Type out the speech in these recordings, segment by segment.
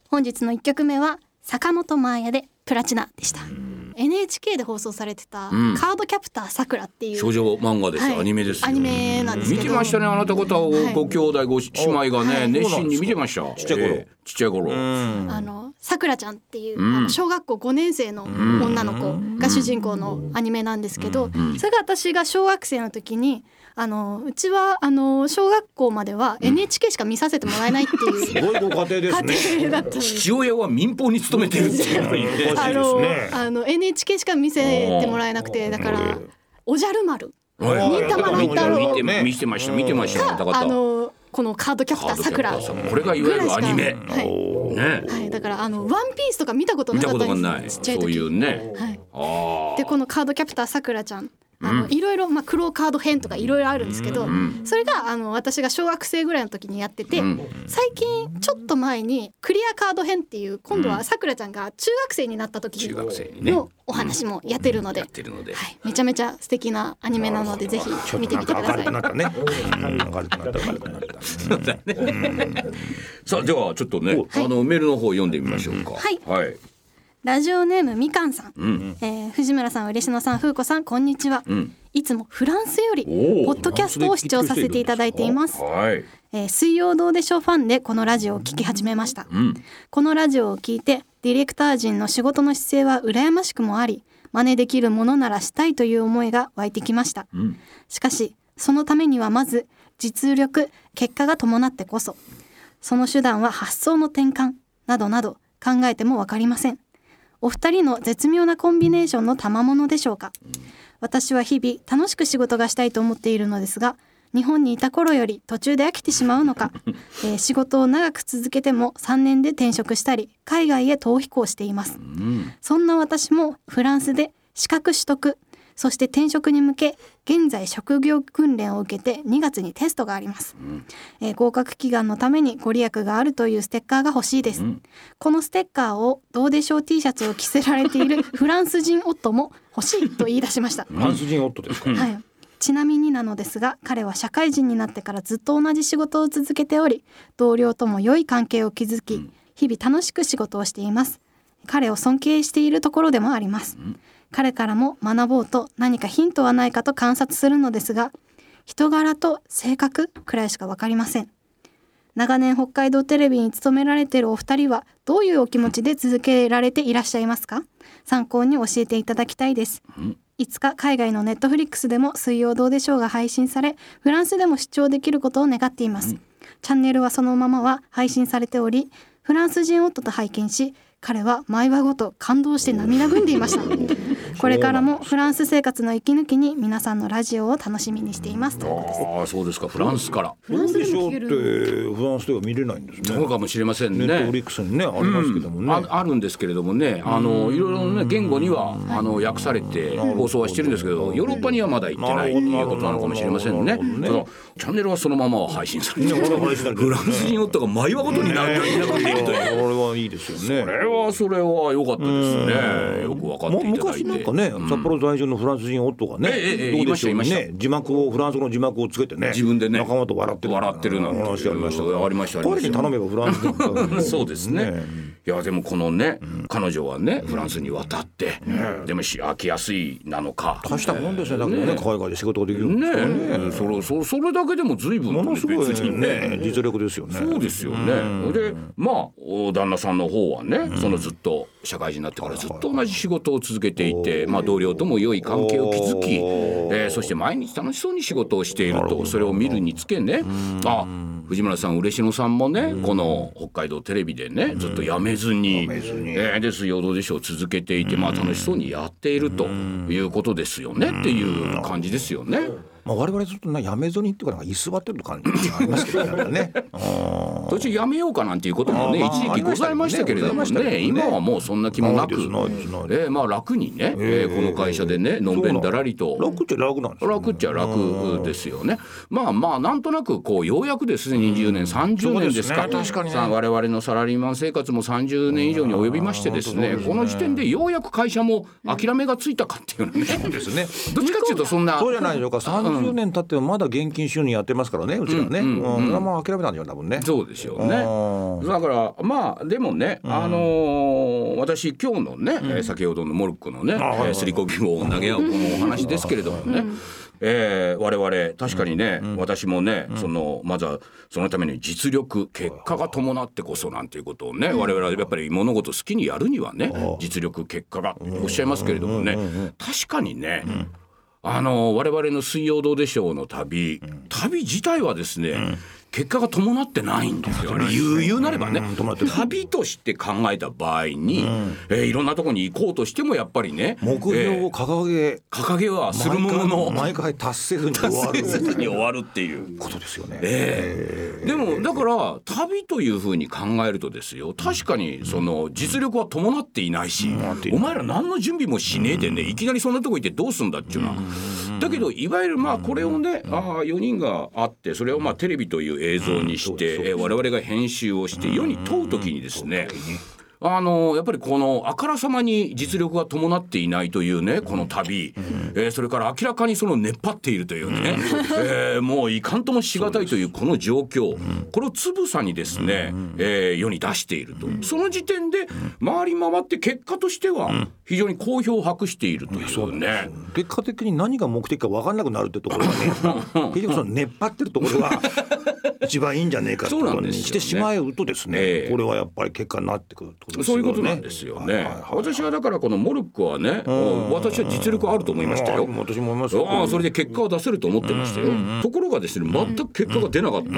本日の1曲目は坂本真綾でプラチナでした。NHK で放送されてたカードキャプターさくらっていう少女漫画です、アニメですよ。 アニメなんですけど、 見てましたね、あなた方ご兄弟ご姉妹がね、熱心に見てました。 ちっちゃい頃。 さくらちゃんっていう、小学校5年生の女の子が主人公のアニメなんですけど、それが私が小学生の時にうちは小学校までは NHK しか見させてもらえないっていう、 すごいご家庭ですね。 家庭だったんです。 父親は民放に勤めてるっていうのにね、 NHK しか見せてもらえなくて、だからおじゃる丸、忍たま乱太郎見てましたこのカードキャプターさくら、 これがいわゆるアニメ、 だからワンピースとか見たことなかったんです、ちっちゃい時。 そういうね、 でこのカードキャプターさくらちゃん、いろいろクローカード編とかいろいろあるんですけど、それが私が小学生ぐらいの時にやってて、最近ちょっと前にクリアカード編っていう、今度はさくらちゃんが中学生になった時のお話もやってるので、めちゃめちゃ素敵なアニメなので、ぜひ見てみてください。 さあ、ではちょっとね、メールの方読んでみましょうか。 ラジオネームみかんさん、藤村さん、嬉野さん、風子さん、こんにちは。いつもフランスよりポッドキャストを視聴させていただいています。水曜どうでしょうファンでこのラジオを聞き始めました。このラジオを聞いて、ディレクター陣の仕事の姿勢は羨ましくもあり、真似できるものならしたいという思いが湧いてきました。しかしそのためにはまず実力、結果が伴ってこそ、その手段は発想の転換などなど考えても分かりません。お二人の絶妙なコンビネーションの賜物でしょうか。私は日々楽しく仕事がしたいと思っているのですが、日本にいた頃より途中で飽きてしまうのか、仕事を長く続けても3年で転職したり海外へ逃避行しています。そんな私もフランスで資格取得、そして転職に向け現在職業訓練を受けて2月にテストがあります。合格祈願のためにご利益があるというステッカーが欲しいです。このステッカーをどうでしょう T シャツを着せられているフランス人夫も欲しいと言い出しました。 フランス人夫ですか。 ちなみになのですが、彼は社会人になってからずっと同じ仕事を続けており、同僚とも良い関係を築き、日々楽しく仕事をしています。彼を尊敬しているところでもあります。彼からも学ぼうと何かヒントはないかと観察するのですが、人柄と性格くらいしか分かりません。長年北海道テレビに勤められているお二人はどういうお気持ちで続けられていらっしゃいますか。参考に教えていただきたいです。いつか海外のネットフリックスでも水曜どうでしょうが配信され、フランスでも視聴できることを願っています。チャンネルはそのままは配信されており、フランス人夫と拝見し、彼は毎話ごと感動して涙ぐんでいましたこれからもフランス生活の息抜きに皆さんのラジオを楽しみにしています。 そうですか、フランスから。 フランスでも聞ける。フランスでは見れないんですね。 そうかもしれませんね。 ネットフリックスにねありますけどもね、 あるんですけれどもね、いろいろね言語には訳されて放送はしてるんですけど、ヨーロッパにはまだ行ってないということなのかもしれませんね。チャンネルはそのまま配信されて、フランス人夫が毎話ごとになくているという。 これはいいですよね。 それは良かったですね。よく分かっていただいて。 昔なんかね、札幌在住のフランス人夫がね、どうでしょうね、フランス語の字幕をつけてね、 自分でね仲間と笑ってるなんて話ありました。ありました。 彼に頼めばフランスでそうですね。いやでもこのね、彼女はねフランスに渡って、でも飽きやすいなのか。 大したもんですね。だけどね、海外で仕事ができるんですよね。 それだけでも随分ものすごいね実力ですよね。 そうですよね。で旦那さんの方はね、そのずっと社会人になってからずっと同じ仕事を続けていて、同僚とも良い関係を築き、そして毎日楽しそうに仕事をしていると、それを見るにつけね、藤村さん、嬉野さんもね、この北海道テレビでねずっと辞めずに、で水曜どうでしょう続けていて、楽しそうにやっているということですよねっていう感じですよね。 我々ずっとやめずにっていうか、居座ってる感じがありますけどね途中やめようかなんていうこともね一時期ございましたけれどもね、今はもうそんな気もなく、楽にね、この会社でねのんべんだらりと。 楽っちゃ楽なんですよ。 楽っちゃ楽ですよね。なんとなくようやくですね、20年30年ですか。確かにね、我々のサラリーマン生活も30年以上に及びましてですね、この時点でようやく会社も諦めがついたかっていうのね。 そうですね。 どっちかっていうとそんな。 そうじゃないでしょうか。30 60年経ってもまだ現金収入やってますからね、うちらね。まあ諦めたんじゃ多分ね。 そうですよね。だからまあでもね、私今日のね、先ほどのモルックのね、すりこぎを投げ合うこのお話ですけれどもね、我々確かにね、私もね、まずはそのために実力結果が伴ってこそなんていうことをね、我々はやっぱり物事好きにやるにはね、実力結果がおっしゃいますけれどもね、確かにね、我々の水曜どうでしょうの旅自体はですね、結果が伴ってないんですよ。言うなればね、旅として考えた場合に、いろんなところに行こうとしてもやっぱりね、 目標を掲げはするものの毎回達せずに終わるっていうことですよね。 でもだから旅というふうに考えるとですよ、確かにその実力は伴っていないし、お前ら何の準備もしねえでね、いきなりそんなとこ行ってどうすんだっていうのは。だけどいわゆるまあこれをね、4人があって、それをまあテレビという映像にして、我々が編集をして世に問うときにですね、やっぱりこのあからさまに実力が伴っていないというね、この旅、それから明らかにその熱張っているというね、もういかんともしがたいというこの状況、これをつぶさにですね、世に出していると、その時点で回り回って結果としては非常に好評を博しているというね、 結果的に何が目的か分からなくなるってところがね結局その熱張ってるところが一番いいんじゃねえかってことにしてしまうとですね、これはやっぱり結果になってくるってことですよね。 そういうことなんですよね。私はだからこのモルックはね、私は実力あると思いましたよ。 私も思いますよ。 それで結果を出せると思ってましたよ。ところがですね、全く結果が出なかった。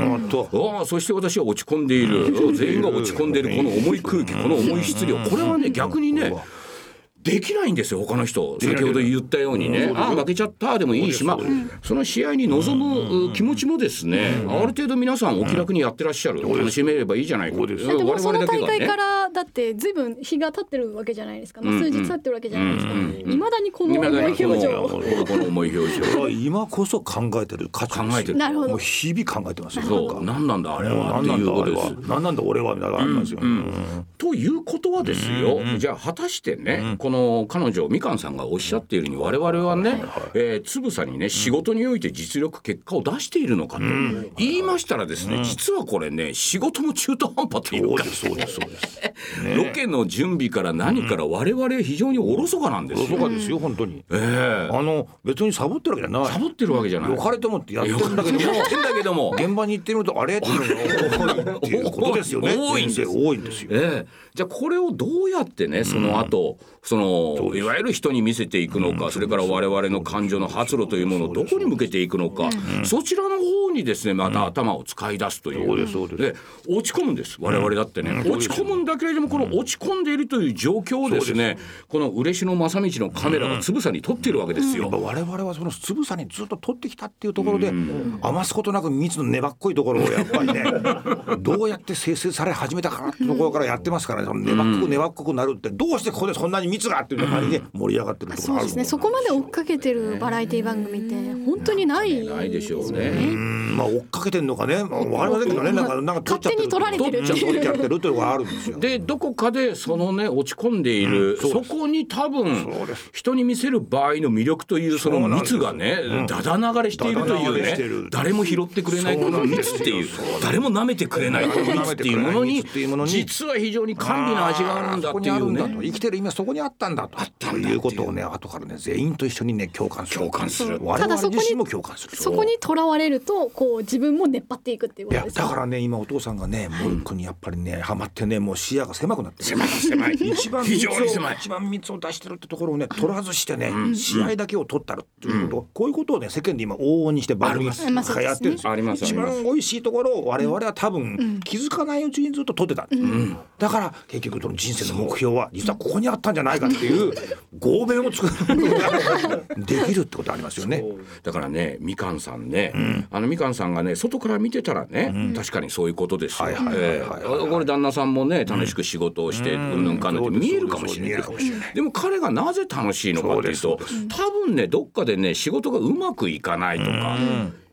そして私は落ち込んでいる、全員が落ち込んでいるこの重い空気、この重い質量、これはね逆にねできないんですよ、他の人。先ほど言ったようにね、負けちゃったでもいいし、その試合に臨む気持ちもですね、ある程度皆さんお気楽にやってらっしゃる、楽しめればいいじゃないか。 でもその大会からだってずいぶん日が経ってるわけじゃないですか、数日経ってるわけじゃないですか。いまだにこの重い表情、 この重い表情今こそ考えてる価値ですよ。 なるほど、 もう日々考えてますよ。 そう、何なんだあれはっていうことです。 何なんだ俺はみたいなのありますよ。 ということはですよ、じゃあ果たしてね、この彼女みかんさんがおっしゃっているように、我々はね、つぶさにね仕事において実力結果を出しているのかと言いましたらですね、実はこれね仕事も中途半端というか、ロケの準備から何から我々非常におろそかなんですよ。 おろそかですよ本当に。別にサボってるわけじゃない。 サボってるわけじゃない。 良かれと思ってやってるんだけども現場に行ってみるとあれっていうことですよね。 多いんですよ。じゃあこれをどうやってね、その後いわゆる人に見せていくのか、それから我々の感情の発露というものをどこに向けていくのか、そちらの方にですねまた頭を使い出すという。で落ち込むんです、我々だってね、落ち込むんだけれども、この落ち込んでいるという状況をですね、この嬉野正道のカメラがつぶさに撮っているわけですよ。 我々はそのつぶさにずっと撮ってきたっていうところで、余すことなく蜜の粘っこいところをやっぱりねどうやって生成され始めたかなってところからやってますからね。その粘っこくなるって、どうしてここでそんなに蜜がっていうので盛り上がってるところがある。 そうですね、そこまで追っかけてるバラエティ番組って本当にないでしょうね。 追っかけてるのかね、分かりませんけどね、なんか勝手に取られてるっていう、 取っちゃってるというのがあるんですよ。 でどこかでそのね落ち込んでいる、そこに多分人に見せる場合の魅力というその蜜がねだだ流れしているというね、誰も拾ってくれないこの蜜っていう、誰も舐めてくれないこの蜜っていうものに実は非常に甘美な味があるんだっていうね、 生きてる意味はそこにあったんだということをね、後からね全員と一緒にね共感する。我々自身も共感する。 そこにとらわれるとこう自分も熱張っていくっていうことです。 だからね今お父さんがねモルックにやっぱりねハマってね、もう視野が狭くなって狭い一番蜜を出してるってところをね取らずしてね、試合だけを取ったるっていうこと、こういうことをね世間で今往々にして番組がやってるんですよ。一番美味しいところを我々は多分気づかないうちにずっと取ってた。だから結局その人生の目標は実はここにあったんじゃないかっていう合弁を作ることができるってことありますよね。 だからねみかんさんね、みかんさんがね外から見てたらね、確かにそういうことですよ。これ旦那さんもね楽しく仕事をしてうんぬんかんぬんって見えるかもしれない。でも彼がなぜ楽しいのかっていうと、多分ねどっかでね仕事がうまくいかないとか、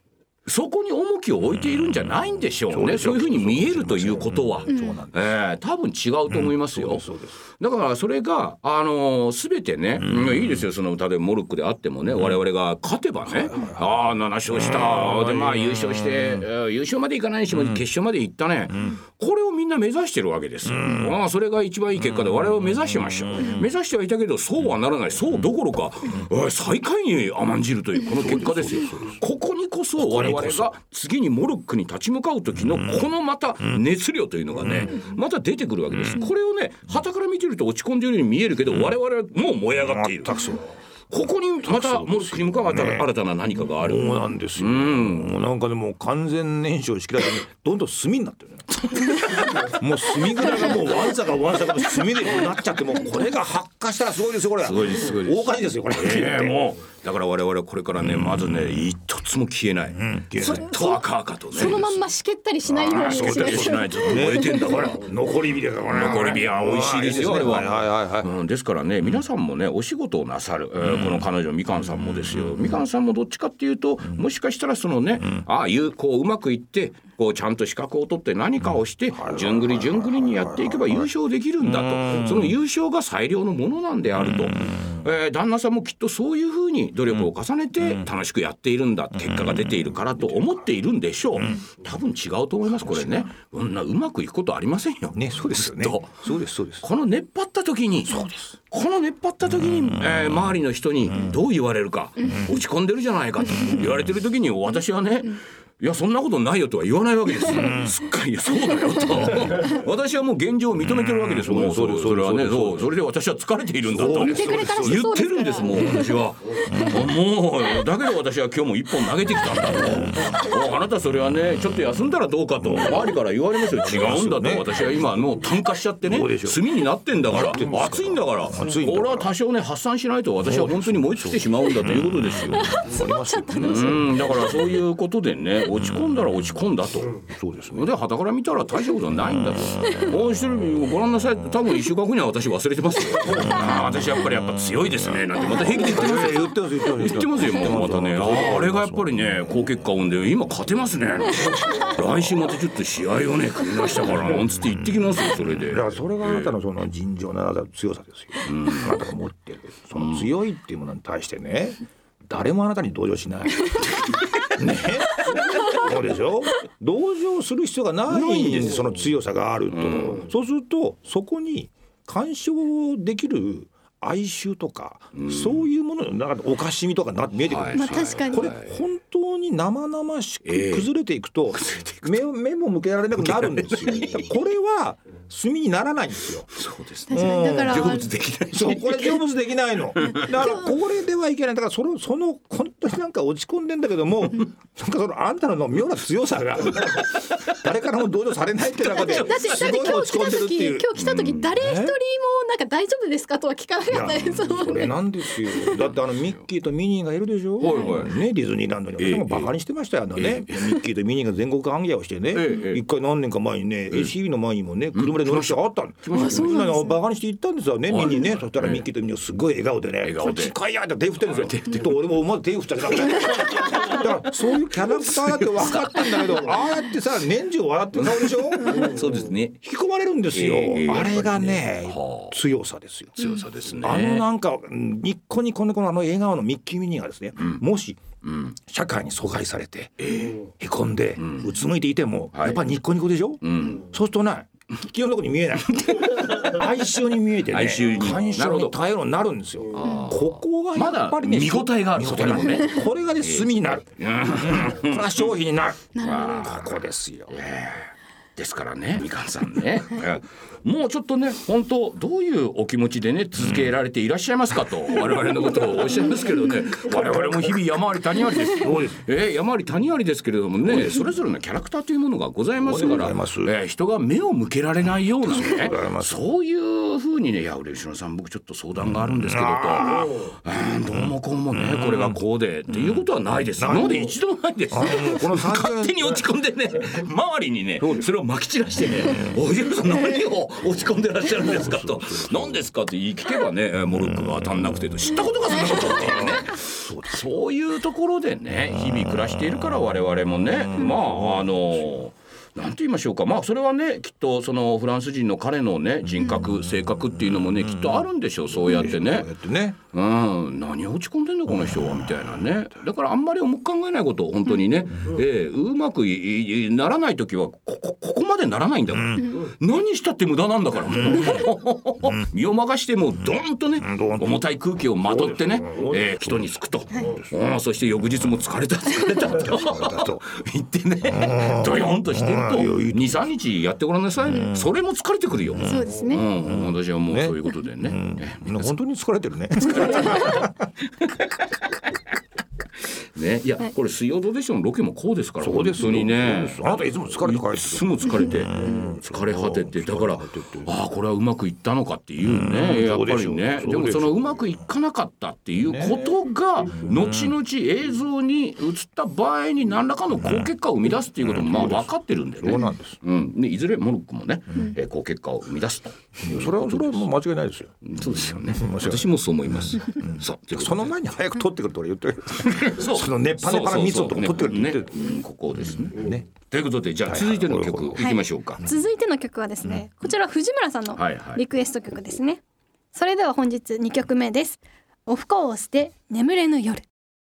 そこに重きを置いているんじゃないんでしょうね。そういうふうに見えるということは、多分違うと思いますよ。だからそれが全てね、いいですよ。その例えばモルックであってもね、我々が勝てばね、7勝したで、優勝して、優勝までいかないにしても決勝まで行ったね、これをみんな目指してるわけです。それが一番いい結果で我々を目指してました。目指してはいたけどそうはならない、そうどころか最下位に甘んじるというこの結果ですよ。ここにこそ我々が次にモルックに立ち向かう時のこのまた熱量というのがね、また出てくるわけです。これをね、傍から見てると落ち込んでいるように見えるけど、我々はもう燃え上がっている。ここにまたモルックに向かう新たな何かがある。 そうなんですよ。もうなんかでも完全燃焼しきらずにどんどん炭になってるね。もう炭蔵がもうわんさかわんさかの炭でなっちゃって、もうこれが発火したらすごいですよ。これすごいです、すごいです。 大火事ですよこれ。 もうだから我々はこれからね、まずね、一つも消えない、ずっと赤々とね、 そのまんましけったりしないようにしけったりしない、ずっと燃えてんだから、 残り火だから、 残り火は美味しいですよ、あれは。ですからね、皆さんもね、お仕事をなさる、この彼女みかんさんもですよ。みかんさんもどっちかっていうと、もしかしたらそのね、こううまくいってこうちゃんと資格を取って何かをして順繰り順繰りにやっていけば優勝できるんだと、その優勝が最良のものなんであると、旦那さんもきっとそういうふうに努力を重ねて楽しくやっているんだ、結果が出ているからと思っているんでしょう。多分違うと思います。これね、うまくいくことありませんよね。そうですよね。そうですそうです。 この熱張った時に、この熱張った時に、周りの人にどう言われるか、落ち込んでるじゃないかと言われてる時に、私はね、いやそんなことないよとは言わないわけです。すっかりそうだよと私はもう現状を認めてるわけです。もうそれはね、それで私は疲れているんだと言ってるんです。もう私はもうだけど私は今日も一本投げてきたんだとあなたそれはね、ちょっと休んだらどうかと周りから言われますよ。違うんだと、私は今もう炭化しちゃってね、炭になってんだから、熱いんだから、これは多少ね発散しないと私は本当に燃え尽きてしまうんだということですよ。だからそういうことでね、落ち込んだら落ち込んだと、そうですね。で傍から見たら大したことはないんだと。もう一人ご覧なさい。多分1週間後には私忘れてますよ。私やっぱり強いですねなんてまた平気で言ってますよ。言ってますよ。もうまたね、あれがやっぱりね好結果を生んで今勝てますね。来週またちょっと試合をね組みましたからなんつって言ってきますよ。それでそれがあなたのその尋常な強さですよ。あなたが持ってるその強いっていうものに対してね、誰もあなたに同情しないね。そうでしょ。同情する必要がないんです。その強さがあると、そうするとそこに干渉できる哀愁とか、そういうものなんかおかしみとか見えてくるんですよ。 確かにこれ本当に生々しく崩れていくと、目も向けられなくなるんですよ。これは炭にならないんですよ。 そうですね。だから成仏できない。 そうこれ成仏できないの。だからこれではいけない。だからその本当になんか落ち込んでんだけども、なんかそのあんたの妙な強さが誰からも同情されないって中ですごい落ち込んでるっていう。 今日来た時誰一人もなんか大丈夫ですかとは聞かなかったですもんね。 それなんですよ。だってミッキーとミニーがいるでしょ。ね、ディズニーランドに私もバカにしてましたよね。ミッキーとミニーが全国行脚をしてね、一回何年か前にね ACB の前にもね車で乗る人があったんです。バカにして行ったんですよね、ミニーね。そしたらミッキーとミニーがすごい笑顔でね、こっち来いやって手振ってるんですよ。と俺もまず手振ったけど、だからそういうキャラクターだって分かったんだけど、ああやってさ年中笑ってる顔でしょ。 そうですね。 引き込まれるんですよ。あれがね強さですよ。 強さですね。 なんかニッコニコの笑顔のミッキーミニーがですね、もし社会に阻害されてへこんでうつむいていてもやっぱりニッコニコでしょ。そうするとね、気のとこに見えない哀愁に見えてね、干渉に耐えるようになるんですよ。ここがやっぱりね、 見応えがある。 これがね炭になる。これが商品になる。ここですよ。 ですからね、みかんさんねもうちょっとね、本当どういうお気持ちでね続けられていらっしゃいますかと我々のことをおっしゃいますけどね、我々も日々山あり谷ありです。山あり谷ありですけれどもね、それぞれのキャラクターというものがございますから、人が目を向けられないようなねそういう風にね、いや嬉野さん僕ちょっと相談があるんですけどと、どうもこうもねこれがこうでっていうことはないです。今まで一度もないです。勝手に落ち込んでね周りにねそれをまき散らしてねおじさん何を落ち込んでらっしゃるんですかと何ですかって言い聞けばねモルックが当たんなくてと知ったことがそんなことっていうねそういうところでね日々暮らしているから我々もねなんて言いましょうか、それはねきっとそのフランス人の彼のね人格、性格っていうのもねきっとあるんでしょう。そうやってね、何落ち込んでんだこの人はみたいなね。だからあんまり重く考えないこと本当にね、うまくならない時はここまでならないんだから、何したって無駄なんだから身を任してもドーンとね重たい空気をまとってね、人につくと、そして翌日も疲れたと言ってねドヨンとしてると 2,3 日やってごらんなさい、それも疲れてくるよ。 そうですね、 私はもうそういうことでね、 本当に疲れてるねね、いや、これ水曜どうでしょうのロケもこうですから、 そうですよ本当にね。 あなたいつも疲れて帰っていつも疲れて疲れ果てて、だからこれはうまくいったのかっていうね、やっぱりね。でもそのうまくいかなかったっていうことが後々映像に映った場合に何らかの好結果を生み出すっていうことも分かってるんでね。 そうなんです、 でいずれモルックもね、好結果を生み出すと。 それはもう間違いないですよ。 そうですよね、私もそう思います。 その前に早く取ってくるとか言ってるその熱波の蜜を取ってくるって言ってる、 ここですね。ということでじゃあ続いての曲いきましょうか。 続いての曲はですね、こちら藤村さんのリクエスト曲ですね。それでは本日2曲目です。オフコースで眠れぬ夜。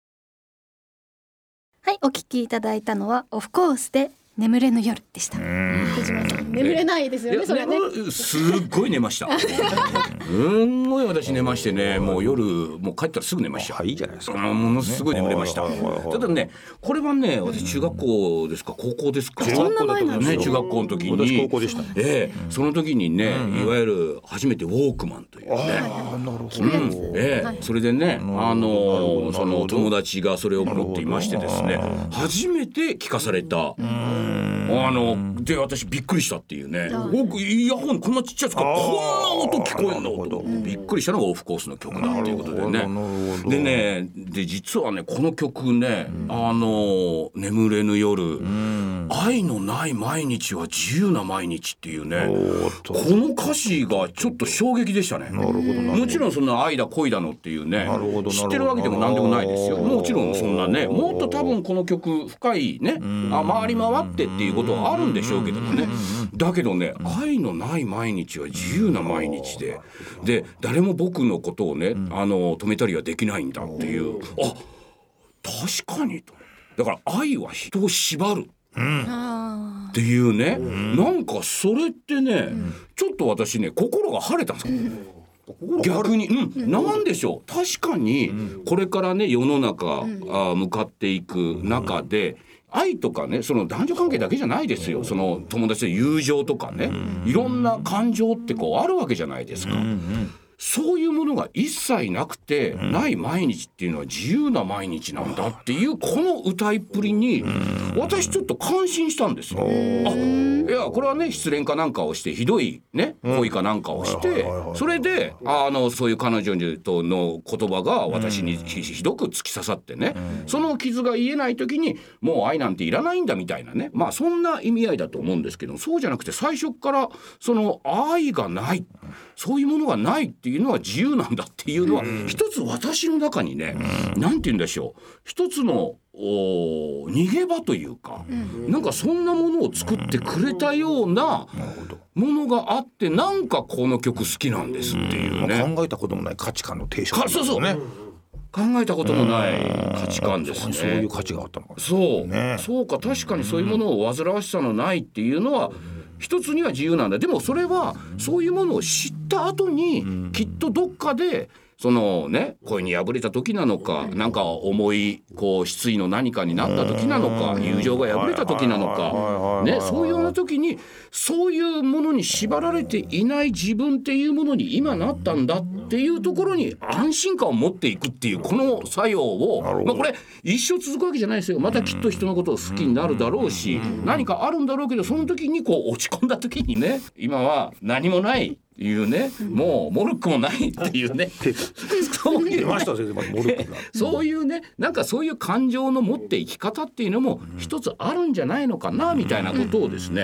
はい、お聴きいただいたのはオフコースで眠れぬ夜でした。藤村さん眠れないですよね。それねすっごい寝ましたすんごい私寝ましてね、もう夜もう帰ったらすぐ寝ました。 いいじゃないですか。 ものすごい眠れました。ただねこれはね、私中学校ですか高校ですか、 そんな前なんですね、中学校の時に私高校でしたね。 その時にね、いわゆる初めてウォークマンというね、それでねその友達がそれを持っていましてですね、初めて聞かされたで私びっくりしたっていうね、僕イヤホンこんなちっちゃいですからこんな音聞こえんのとびっくりしたのがオフコースの曲だっていうことでね。で実はねこの曲ね、眠れぬ夜、愛のない毎日は自由な毎日っていうね、この歌詞がちょっと衝撃でしたね。もちろんそんな愛だ恋だのっていうね知ってるわけでも何でもないですよ。もちろんそんなね、もっと多分この曲深いね、回り回ってっていうことはあるんでしょうけどもね、だけどね愛のない毎日は自由な毎日で誰も僕のことをね、止めたりはできないんだっていう、確かにと。だから愛は人を縛るっていうね、なんかそれってね、ちょっと私ね心が晴れたんですよ、逆に、なんでしょう。確かにこれからね世の中向かっていく中で、愛とかね、その男女関係だけじゃないですよ。その友達の友情とかね、いろんな感情ってこうあるわけじゃないですか。そういうものが一切なくて、ない毎日っていうのは自由な毎日なんだっていうこの歌いっぷりに私ちょっと感心したんですよ。いやこれはね失恋かなんかをしてひどいね恋かなんかをして、それでそういう彼女との言葉が私にひどく突き刺さってね、その傷が癒えない時にもう愛なんていらないんだみたいなね、そんな意味合いだと思うんですけど、そうじゃなくて最初からその愛がない、そういうものがないっていうのは自由なんだっていうのは、一つ私の中にね、なんて言うんでしょう、一つの逃げ場というか、なんかそんなものを作ってくれたようなものがあって、なんかこの曲好きなんですっていうね、 考えたこともない価値観の提唱ですね。 そう考えたこともない価値観ですね。 そういう価値があったのかな。 そうか、確かにそういうものを煩わしさのないっていうのは一つには自由なんだ。でもそれはそういうものを知った後にきっとどっかでそのね恋に破れた時なのか、なんか重い失意の何かになった時なのか、友情が破れた時なのかね、そういうような時にそういうものに縛られていない自分っていうものに今なったんだっていうところに安心感を持っていくっていうこの作用を、これ一生続くわけじゃないですよ。またきっと人のことを好きになるだろうし、何かあるんだろうけど、その時に落ち込んだ時にね、今は何もないいうね、もうモルックもないっていうねそういうね、なんかそういう感情の持って生き方っていうのも一つあるんじゃないのかなみたいなことをですね、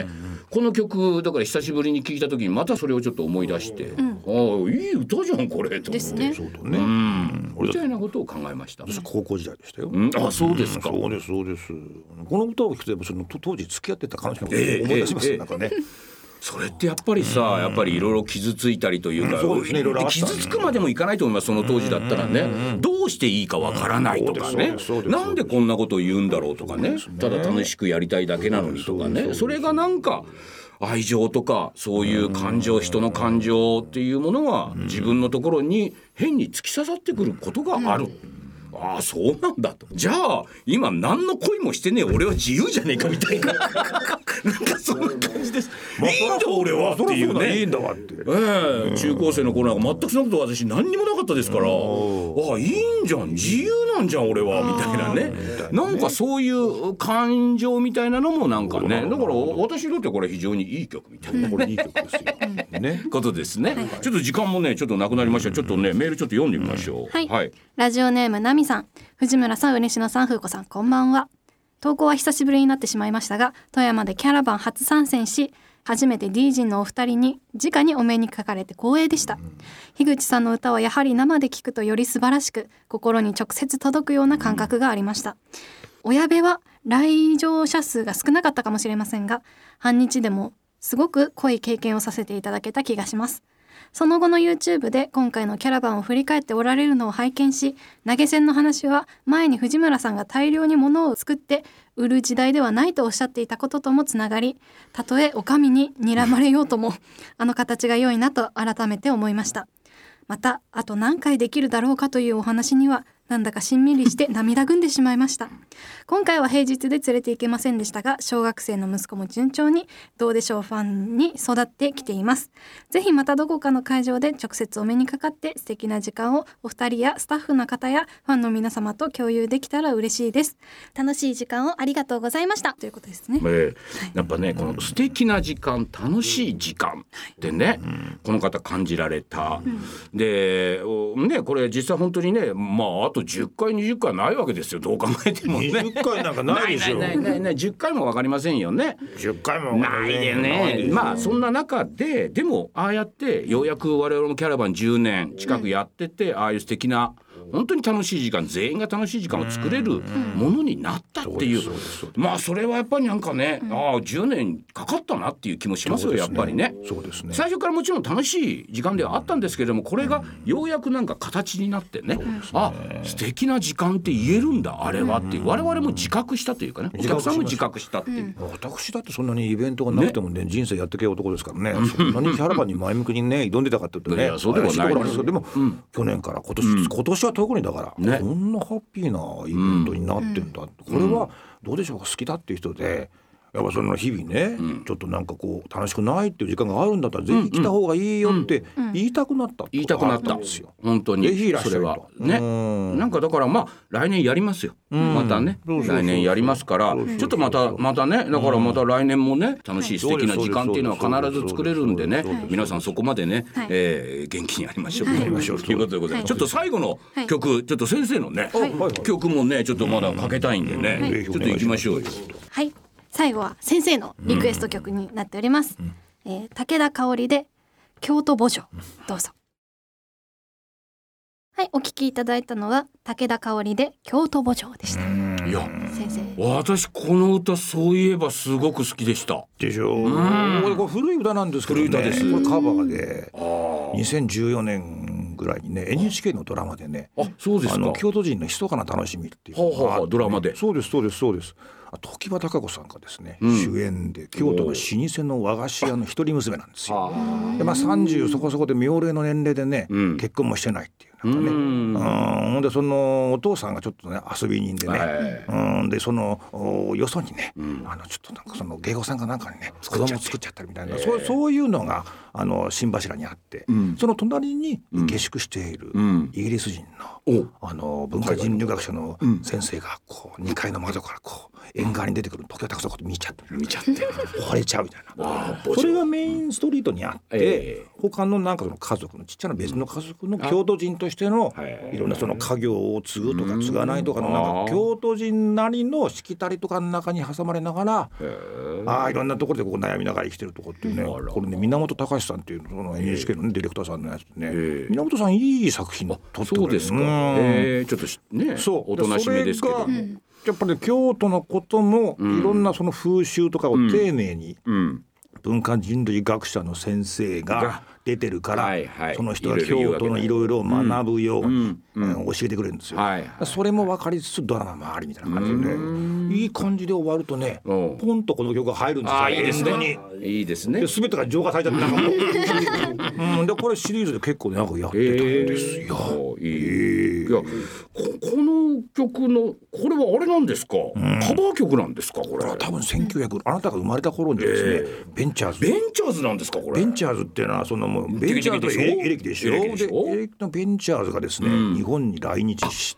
この曲だから久しぶりに聴いた時にまたそれをちょっと思い出して、ああいい歌じゃんこれと思ってですね。 そうだね、 みたいなことを考えました。 私高校時代でしたよ。 あ、そうですか。 そうですそうです。この歌を聴くとその当時付き合ってた彼女のことを思い出しますよ、なんかね。 それってやっぱりさ、やっぱりいろいろ傷ついたりというか、傷つくまでもいかないと思います。その当時だったらね、どうしていいかわからないとかね、なんでこんなことを言うんだろうとかね、ただ楽しくやりたいだけなのにとかね、それがなんか愛情とかそういう感情、人の感情っていうものが自分のところに変に突き刺さってくることがある。ああそうなんだと。じゃあ今何の恋もしてねえ俺は自由じゃねえかみたいななんかそんな感じです。いいんだ俺はっていうね。 いいんだわって、 中高生の頃なんか全くそんなこと私何にもなかったですから、ああいいんじゃん自由なんじゃん俺はみたいなね、なんかそういう感情みたいなのもなんかね、だから私にとってこれ非常にいい曲みたいな、 これいい曲ですよねことですね。ちょっと時間もねちょっとなくなりました。ちょっとねメールちょっと読んでみましょう。 はい、ラジオネームナミさん、藤村さん、嬉野さん、風子さん、こんばんは。投稿は久しぶりになってしまいましたが、富山でキャラバン初参戦し、初めて D 陣のお二人に直にお目にかかれて光栄でした。樋口さんの歌はやはり生で聴くとより素晴らしく、心に直接届くような感覚がありました。親部は来場者数が少なかったかもしれませんが、半日でもすごく濃い経験をさせていただけた気がします。その後の YouTube で今回のキャラバンを振り返っておられるのを拝見し、投げ銭の話は前に藤村さんが大量に物を作って売る時代ではないとおっしゃっていたことともつながり、たとえお上に睨まれようともあの形が良いなと改めて思いました。またあと何回できるだろうかというお話にはなんだかしんみりして涙ぐんでしまいました。今回は平日で連れて行けませんでしたが、小学生の息子も順調にどうでしょうファンに育ってきています。ぜひまたどこかの会場で直接お目にかかって素敵な時間をお二人やスタッフの方やファンの皆様と共有できたら嬉しいです。楽しい時間をありがとうございましたということですね。 やっぱねこの素敵な時間、楽しい時間ってね、この方感じられた、でねこれ実際本当にね、まああと10回20回ないわけですよ、どう考えてもね。 20回なんかないでしょ。 ない10回も分かりませんよね。 10回も分かりませんないでね。まあそんな中ででもああやってようやく我々もキャラバン10年近くやってて、ああいう素敵な本当に楽しい時間、全員が楽しい時間を作れるものになったっていう、まあそれはやっぱりなんかね、ああ10年かかったなっていう気もしますよ、やっぱりね。 そうですね。 最初からもちろん楽しい時間ではあったんですけれども、これがようやくなんか形になってね、あ素敵な時間って言えるんだあれはっていう、我々も自覚したというかね、お客さんも自覚したっていう、 私だってそんなにイベントがなくてもね、人生やってけよ男ですからね、そんなにキャラバンに前向きにね挑んでたかって言ってね、 いやそうでもないです。 でも、去年から今年は特にだから、こんなハッピーなイベントになってんだ、これはどうでしょうか、好きだっていう人でやっぱその日々ね、ちょっとなんかこう楽しくないっていう時間があるんだったら、ぜひ来た方がいいよって言いたくなったってことがあったんですよ。 本当にぜひいらっしゃいと。 それはね、なんかだからまあ来年やりますよ、またね、来年やりますから、ちょっとまたね、だからまた来年もね楽しい素敵な時間っていうのは必ず作れるんでね、皆さんそこまでね、元気にやりましょうということでございます。ちょっと最後の曲、ちょっと先生のね曲もねちょっとまだかけたいんでね、ちょっと行きましょうよ。 はい、最後は先生のリクエスト曲になっております。武田香織で京都墓場、どうぞ。はい、お聞きいただいたのは武田香織で京都墓場でした。 いや先生、 私この歌そういえばすごく好きでしたでしょう。これ古い歌なんですけどね、 古い歌です。 これカバーで2014年ぐらいにね NHK のドラマでね、 そうですか、 京都人の密かな楽しみっていうのがあって、 ドラマで。 そうです常盤貴子さんがですね、主演で京都の老舗の和菓子屋の一人娘なんですよ。で、30そこそこで妙齢の年齢でね、結婚もしてないっていう、なんかね、でそのお父さんがちょっとね遊び人でね、でそのよそにね、ちょっとなんかその芸妓さんかなんかにね子供を作っちゃったりみたいな、そういうのが新柱にあって、その隣に下宿しているイギリス人の文化人類学者の先生がこう2階の窓からこう縁側に出てくる時はたくさんこと見ちゃって惚れちゃうみたいな。 そそれがメインストリートにあって、他のなんかその家族のちっちゃな別の家族の京都人としてのいろんなその家業を継ぐとか継がないとかのなんか京都人なりのしきたりとかの中に挟まれながら、いろんなところでこう悩みながら生きてるところっていうね、これね源隆さんっていうその NHK の、ね、ディレクターさんのやつでね、源さんいい作品撮ってくれる。 そうですか。ちょっとね、おとなしめですけど、 やっぱり、ね、京都のこともいろんなその風習とかを丁寧に文化人類学者の先生が出てるから、その人が京都のいろいろ学ぶように教えてくれるんですよ。それも分かりつつドラマもありみたいな感じでね、いい感じで終わるとね、ポンとこの曲が入るんですよ。 いいですね。いいですね。 全てが浄化されちゃってなんかもうでこれシリーズで結構なんかやってたんですよ。 いや、この曲のこれはあれなんですか、カバー曲なんですか。これ多分1900あなたが生まれた頃にですね、ベンチャーズなんですか。これベンチャーズっていうのはそのもうベンチャーズとエレキでしょ。エレキのベンチャーズがですね、日本に来日して、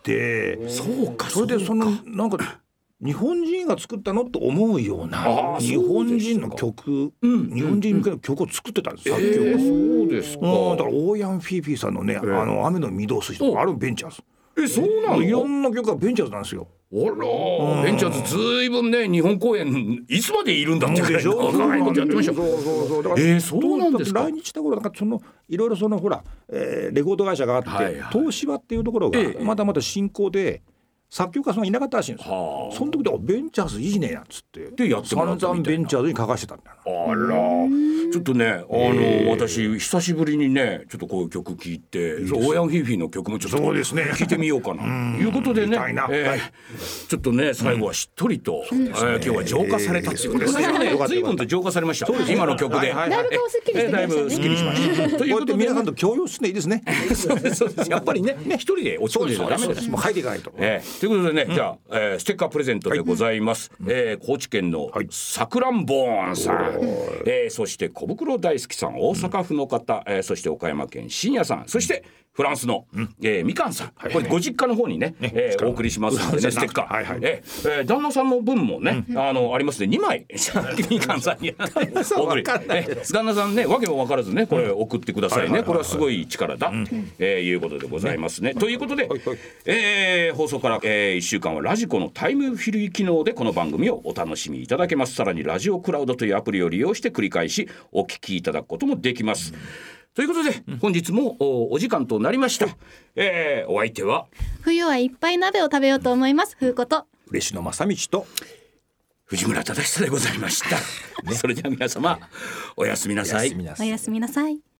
それでそのなんか日本人が作ったのと思うような日本人の曲、日本人向けの曲を作ってたんですよ。 そうですか。 だからオーヤンフィーフィーさんのね、雨の御堂筋とかあるベンチャーズ。 そうなの。 いろんな曲がベンチャーズなんですよ。 ベンチャーズずいぶんね、日本公演いつまでいるんだってでしょ。 長いことやってました。 そうなんですか。来日した頃なんかそのいろいろそのほら、レコード会社があって、東芝っていうところがまだまだ進行で作曲家さんがいなかったらしいんですよ。その時でベンチャーズいいねやっつって散々ベンチャーズに書かせてたんだよ。 ちょっとね、私久しぶりにねちょっとこういう曲聴いて、オーヤンフィーフィーの曲もちょっと聴いてみようかなということでね、ちょっとね最後はしっとりと今日は浄化されたっていうことですね。随分と浄化されました。今の曲でだいぶスッキリしました。 ということで皆さんと共有するのいいですね。 やっぱりね一人で落ち込んでちゃダメです。 もう書いていかないと。 ということでね、じゃあ、ステッカープレゼントでございます。高知県のさくらんぼんさん、そして小袋大好きさん、大阪府の方、そして岡山県深夜さん、そしてフランスの、みかんさん、これご実家の方にね、お送りしますのでね、ステッカー、旦那さんの分もね、ありますね、2枚みかんさんに送り、旦那さんねわけも分からずねこれ送ってくださいね。これはすごい力だっていうことでございますね。ということで、放送から、1週間はラジコのタイムフリー機能でこの番組をお楽しみいただけます。さらにラジオクラウドというアプリを利用して繰り返しお聞きいただくこともできます。ということで、本日も お時間となりました。お相手は冬はいっぱい鍋を食べようと思います。風子と嬉野正道と藤村忠久でございました。それでは皆様おやすみなさい。 おやすみなさい。